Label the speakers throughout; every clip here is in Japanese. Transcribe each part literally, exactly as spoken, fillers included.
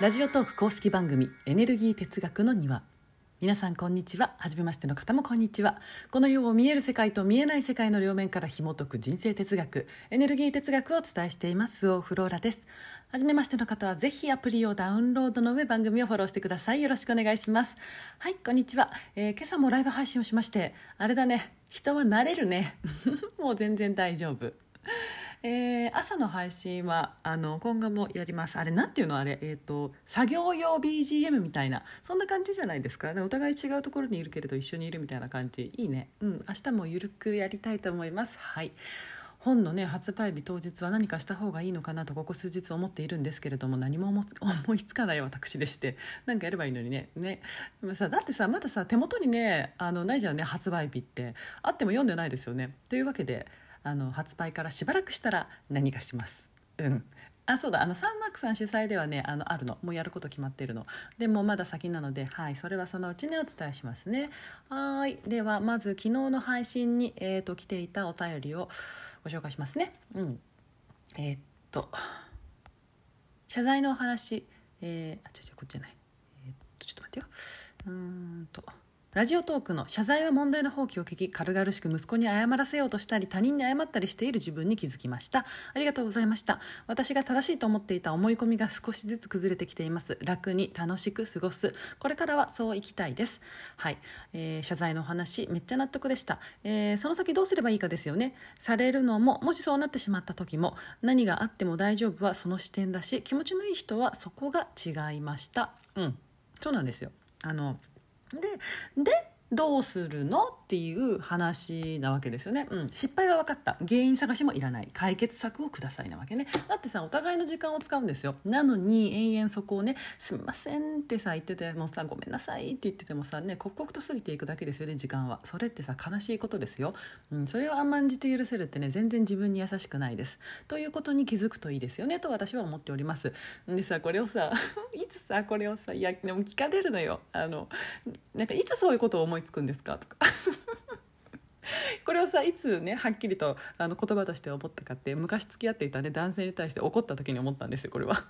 Speaker 1: ラジオトーク公式番組エネルギー哲学の庭。皆さんこんにちは。はじめましての方もこんにちは。この世を見える世界と見えない世界の両面から紐解く人生哲学、エネルギー哲学をお伝えしていますオフローラです。はじめましての方はぜひアプリをダウンロードの上番組をフォローしてください。よろしくお願いします。はい、こんにちは。えー、今朝もライブ配信をしまして、あれだね、人は慣れるねもう全然大丈夫。えー、朝の配信はあの今後もやります。あれなんていうのあれ、えー、と作業用 ビージーエム みたいなそんな感じじゃないですか。お互い違うところにいるけれど一緒にいるみたいな感じ。いいね。うん、明日もゆるくやりたいと思います。はい。本のね発売日当日は何かした方がいいのかなとここ数日思っているんですけれども、何も思思いつかない私でして、なんかやればいいのにね。ねさだってさまださ手元にねあのないじゃんね、発売日ってあっても読んでないですよね。というわけであの発売からしばらくしたら何かします。うんあそうだあのサンマークさん主催ではねあのあるの、もうやること決まっているのでもまだ先なので、はいそれはそのうちにお伝えしますね。はいではまず昨日の配信に、えー、と来ていたお便りをご紹介しますね。うんえー、っと謝罪のお話、えー、あ違う違うこっちじゃない、えー、っとちょっと待ってようーんとラジオトークの謝罪は問題の放棄を聞き、軽々しく息子に謝らせようとしたり他人に謝ったりしている自分に気づきました。ありがとうございました。私が正しいと思っていた思い込みが少しずつ崩れてきています。楽に楽しく過ごす、これからはそう生きたいです。はい、えー、謝罪のお話めっちゃ納得でした。えー、その先どうすればいいかですよね。されるのももしそうなってしまった時も何があっても大丈夫はその視点だし、気持ちのいい人はそこが違いました。うんそうなんですよ。あのででどうするのっていう話なわけですよね。うん、失敗は分かった、原因探しもいらない、解決策をくださいなわけね。だってさお互いの時間を使うんですよ。なのに延々そこをねすみませんってさ言っててもさごめんなさいって言っててもさね刻々と過ぎていくだけですよね時間は。それってさ悲しいことですよ。うん、それを甘んじて許せるってね全然自分に優しくないです。ということに気づくといいですよねと私は思っております。でさこれをさいつさこれをさいやでも聞かれるのよ。あのなんかいつそういうことを思いつくんですかとかこれをさいつねはっきりとあの言葉として思ったかって、昔付き合っていたね男性に対して怒った時に思ったんですよこれは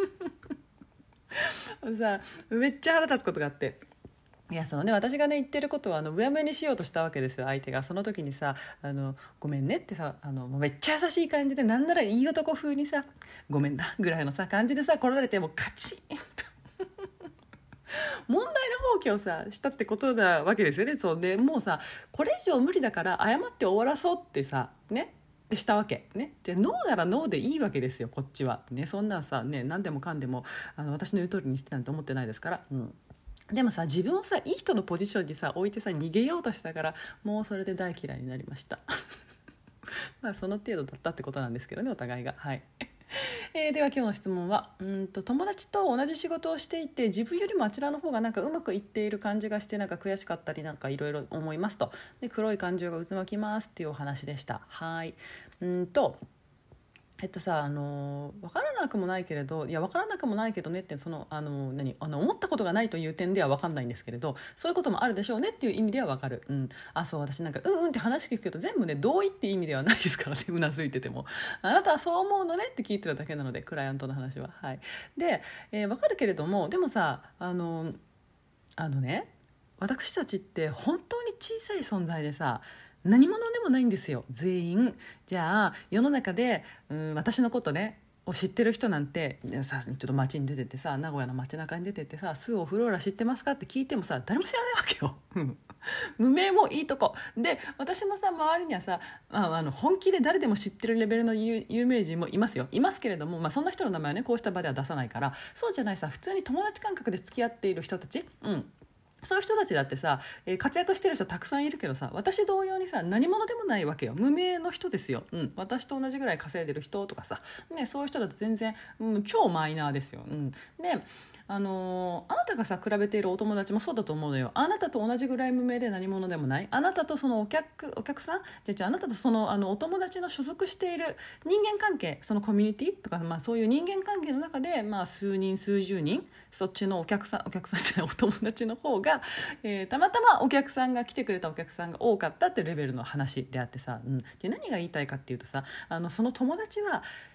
Speaker 1: さめっちゃ腹立つことがあって、いやそのね私がね言ってることはあのうやむやにしようとしたわけですよ相手が。その時にさあのごめんねってさあのもうめっちゃ優しい感じで、なんならいい男風にさごめんなぐらいのさ感じでさ来られてもカチンと問題の放棄をさしたってことなわけですよね。そうでもうさこれ以上無理だから謝って終わらそうってさねしたわけね。じゃあノーならノーでいいわけですよこっちはね。そんなんさね何でもかんでもあの私の言う通りにしてなんて思ってないですから。うんでもさ自分をさいい人のポジションにさ置いてさ逃げようとしたからもうそれで大嫌いになりましたまあその程度だったってことなんですけどねお互いが。はいえー、では今日の質問はうんと友達と同じ仕事をしていて自分よりもあちらの方がなんかうまくいっている感じがしてなんか悔しかったりなんかいろいろ思いますと。で黒い感情が渦巻きますっていうお話でした。はいうんとえっとさあの分からなくもないけれどいや分からなくもないけどねってそのあの何あの思ったことがないという点では分かんないんですけれど、そういうこともあるでしょうねっていう意味では分かる。うん、あそう私なんかうんうんって話聞くけど全部ね同意って意味ではないですからねうなずいててもあなたはそう思うのねって聞いてるだけなのでクライアントの話は。はいで、えー、分かるけれどもでもさあのあのね私たちって本当に小さい存在でさ何者でもないんですよ全員。じゃあ世の中でうん私のことねを知ってる人なんてさちょっと街に出てってさ名古屋の街中に出てってさスーオフローラ知ってますかって聞いてもさ誰も知らないわけよ無名もいいとこで私のさ周りにはさああの本気で誰でも知ってるレベルの有有名人もいますよいますけれども、まあ、そんな人の名前はねこうした場では出さないから。そうじゃないさ普通に友達感覚で付き合っている人たち、うんそういう人たちだってさ、えー活躍してる人たくさんいるけどさ私同様にさ何者でもないわけよ。無名の人ですよ、うん、私と同じぐらい稼いでる人とかさ、ね、そういう人だと全然、うん、超マイナーですよ、うん、であのーあなたがさ比べているお友達もそうだと思うのよ。あなたと同じぐらい無名で何者でもないあなたとそのお客お客さんじゃじゃあなたとそのあのお友達の所属している人間関係そのコミュニティとか、まあ、そういう人間関係の中で、まあ、数人数十人そっちのお客さんお客さんじゃないお友達の方が、えーたまたまお客さんが来てくれたお客さんが多かったってレベルの話であってさ、うん、で何が言いたいかっていうとさあのその友達は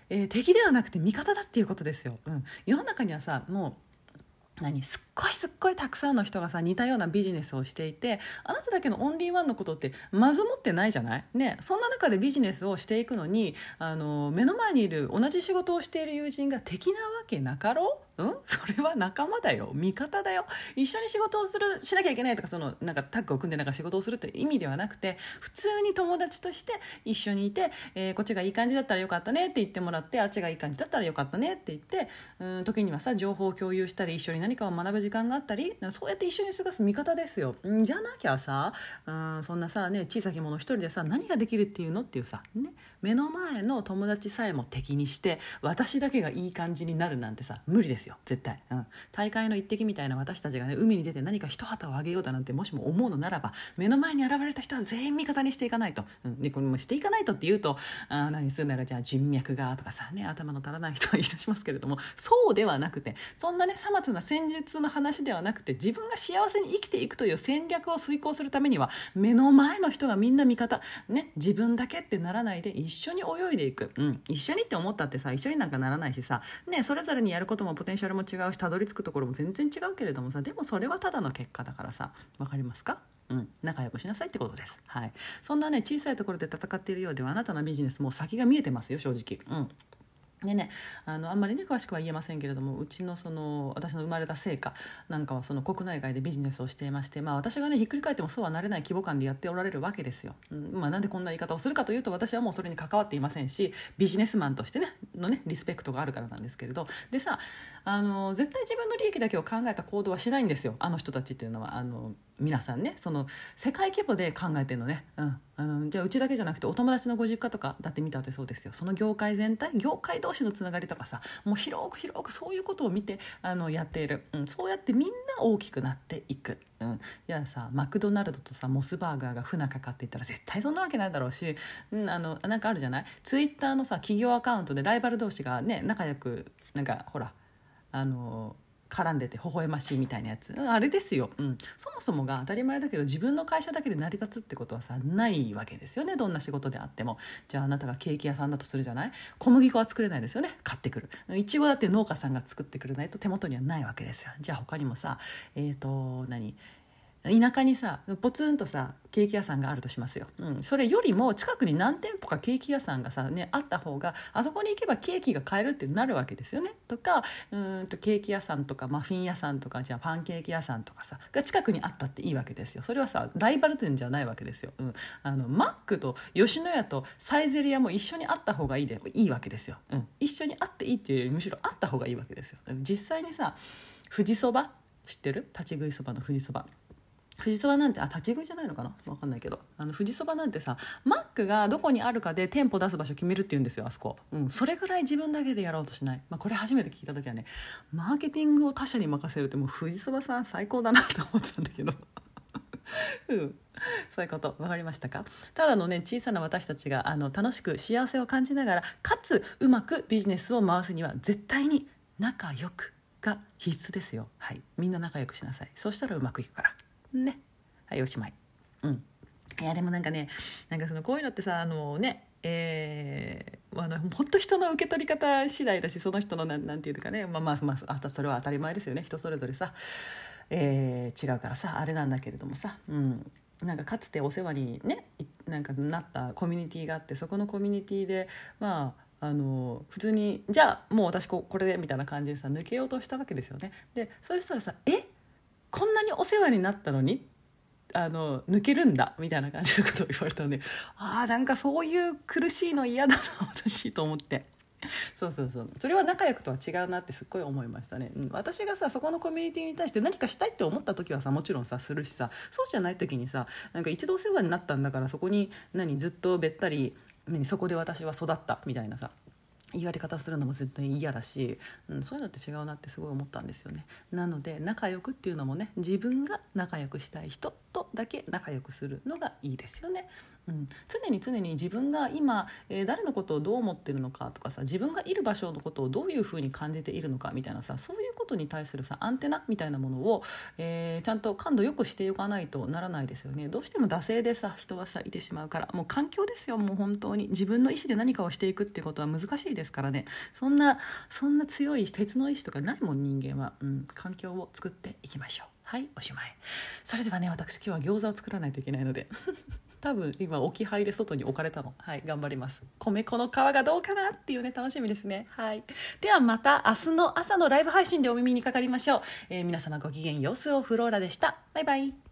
Speaker 1: えー敵ではなくて味方だっていうことですよ、うん、世の中にはさもう何すっごいすっごいたくさんの人がさ似たようなビジネスをしていて、あなただけのオンリーワンのことってまずもってないじゃないね。そんな中でビジネスをしていくのにあの目の前にいる同じ仕事をしている友人が敵なわけなかろう。うん、それは仲間だよ、味方だよ。一緒に仕事をするしなきゃいけないとか、そのなんかタッグを組んでなんか仕事をするって意味ではなくて、普通に友達として一緒にいて、えーこっちがいい感じだったらよかったねって言ってもらって、あっちがいい感じだったらよかったねって言って、うん時にはさ情報を共有したり一緒に何かを学ぶ時間があったり、そうやって一緒に過ごす味方ですよ。んじゃなきゃさ、うんそんなさね小さき者一人でさ何ができるっていうのっていうさ、ね、目の前の友達さえも敵にして私だけがいい感じになるなんてさ無理ですよ絶対、うん、大会の一滴みたいな私たちがね海に出て何か一旗をあげようだなんてもしも思うのならば、目の前に現れた人は全員味方にしていかないと、うん、でこれもしていかないとって言うとあ何するんだかじゃあ人脈がとかさね頭の足らない人は言い出しますけれども、そうではなくてそんなねさまつな戦術の話ではなくて、自分が幸せに生きていくという戦略を遂行するためには目の前の人がみんな味方ね、自分だけってならないで一緒に泳いでいく、うん、一緒にって思ったってさ一緒になんかならないしさ、ね、それぞれにやることもポテンシャルも違うし、たどり着くところも全然違うけれどもさ、でもそれはただの結果だからさ、わかりますか？うん、仲良くしなさいってことです。はい。そんなね小さいところで戦っているようではあなたのビジネスもう先が見えてますよ正直。うん。でね、あのあんまりね詳しくは言えませんけれども、うちのその私の生まれた成果なんかはその国内外でビジネスをしていまして、まあ、私がねひっくり返ってもそうはなれない規模感でやっておられるわけですよ、うんまあ、なんでこんな言い方をするかというと、私はもうそれに関わっていませんし、ビジネスマンとしてねのねリスペクトがあるからなんですけれど、でさあの絶対自分の利益だけを考えた行動はしないんですよ、あの人たちっていうのは。あの皆さんねその世界規模で考えてるのね、うん、あのじゃあうちだけじゃなくてお友達のご実家とかだって見たってそうですよ。その業界全体業界同士のつながりとかさ、もう広く広くそういうことを見てあのやっている、うん、そうやってみんな大きくなっていく、うん、じゃあさマクドナルドとさモスバーガーが不仲かって言ったら絶対そんなわけないだろうし、うん、あのなんかあるじゃない、ツイッターのさ企業アカウントでライバル同士がね仲良くなんかほらあの絡んでて微笑ましいみたいなやつ、あれですよ、うん、そもそもが当たり前だけど自分の会社だけで成り立つってことはさないわけですよね、どんな仕事であっても。じゃああなたがケーキ屋さんだとするじゃない、小麦粉は作れないですよね、買ってくる。いちごだって農家さんが作ってくれないと手元にはないわけですよ。じゃあ他にもさえっ、ー、と何田舎にさポツンとさケーキ屋さんがあるとしますよ、うん、それよりも近くに何店舗かケーキ屋さんがさ、ね、あった方があそこに行けばケーキが買えるってなるわけですよね。とかうーんとケーキ屋さんとかマフィン屋さんとかじゃあパンケーキ屋さんとかさが近くにあったっていいわけですよ。それはさライバル店じゃないわけですよ、うん、あのマックと吉野家とサイゼリヤも一緒にあった方がいいでいいわけですよ、うん、一緒にあっていいっていうよりむしろあった方がいいわけですよ。実際にさ富士そば知ってる？立ち食いそばの富士そば、富士そばなんてあ立ち食いじゃないのかな分かんないけど、あの富士そばなんてさマックがどこにあるかで店舗出す場所決めるって言うんですよあそこ、うん、それぐらい自分だけでやろうとしない、まあ、これ初めて聞いた時はねマーケティングを他社に任せるってもう富士そばさん最高だなと思ってたんだけどうん、そういうこと分かりましたか？ただのね小さな私たちがあの楽しく幸せを感じながらかつうまくビジネスを回すには絶対に仲良くが必須ですよ。はい、みんな仲良くしなさい。そうしたらうまくいくからね。はいおしまい。うんいやでもなんかねなんかそのこういうのってさあのねえー、あの本当人の受け取り方次第だし、その人のなんなんていうかねまあまあまああそれは当たり前ですよね、人それぞれさ、えー、違うからさあれなんだけれどもさ、うんなんかかつてお世話にねなんかなったコミュニティがあって、そこのコミュニティでまああの普通にじゃあもう私ここれでみたいな感じでさ抜けようとしたわけですよね。でそうしたらさえこんなにお世話になったのにあの抜けるんだみたいな感じのことを言われたので、ああなんかそういう苦しいの嫌だな私と思って、そうそうそうそれは仲良くとは違うなってすっごい思いましたね、うん、私がさそこのコミュニティに対して何かしたいって思った時はさもちろんさするしさ、そうじゃない時にさなんか一度お世話になったんだからそこに何ずっとべったり何そこで私は育ったみたいなさ言われ方するのも絶対嫌だし、うん、そういうのって違うなってすごい思ったんですよね。なので仲良くっていうのもね自分が仲良くしたい人とだけ仲良くするのがいいですよね、 うん、常に常に自分が今、えー誰のことをどう思ってるのかとかさ、自分がいる場所のことをどういうふうに感じているのかみたいなさ、そういうことに対するさアンテナみたいなものを、えーちゃんと感度よくしておかないとならないですよね。どうしても惰性でさ人はさいてしまうから、もう環境ですよ。もう本当に自分の意思で何かをしていくっていうことは難しいですからね。そんなそんな強い鉄の意志とかないもん人間は、うん、環境を作っていきましょう。はい、おしまい。それではね、私今日は餃子を作らないといけないので多分今置き配で外に置かれたの。はい、頑張ります。米粉の皮がどうかなっていうね、楽しみですね。はい。ではまた明日の朝のライブ配信でお耳にかかりましょう。えー皆様ごきげんよう。スオフローラでした。バイバイ。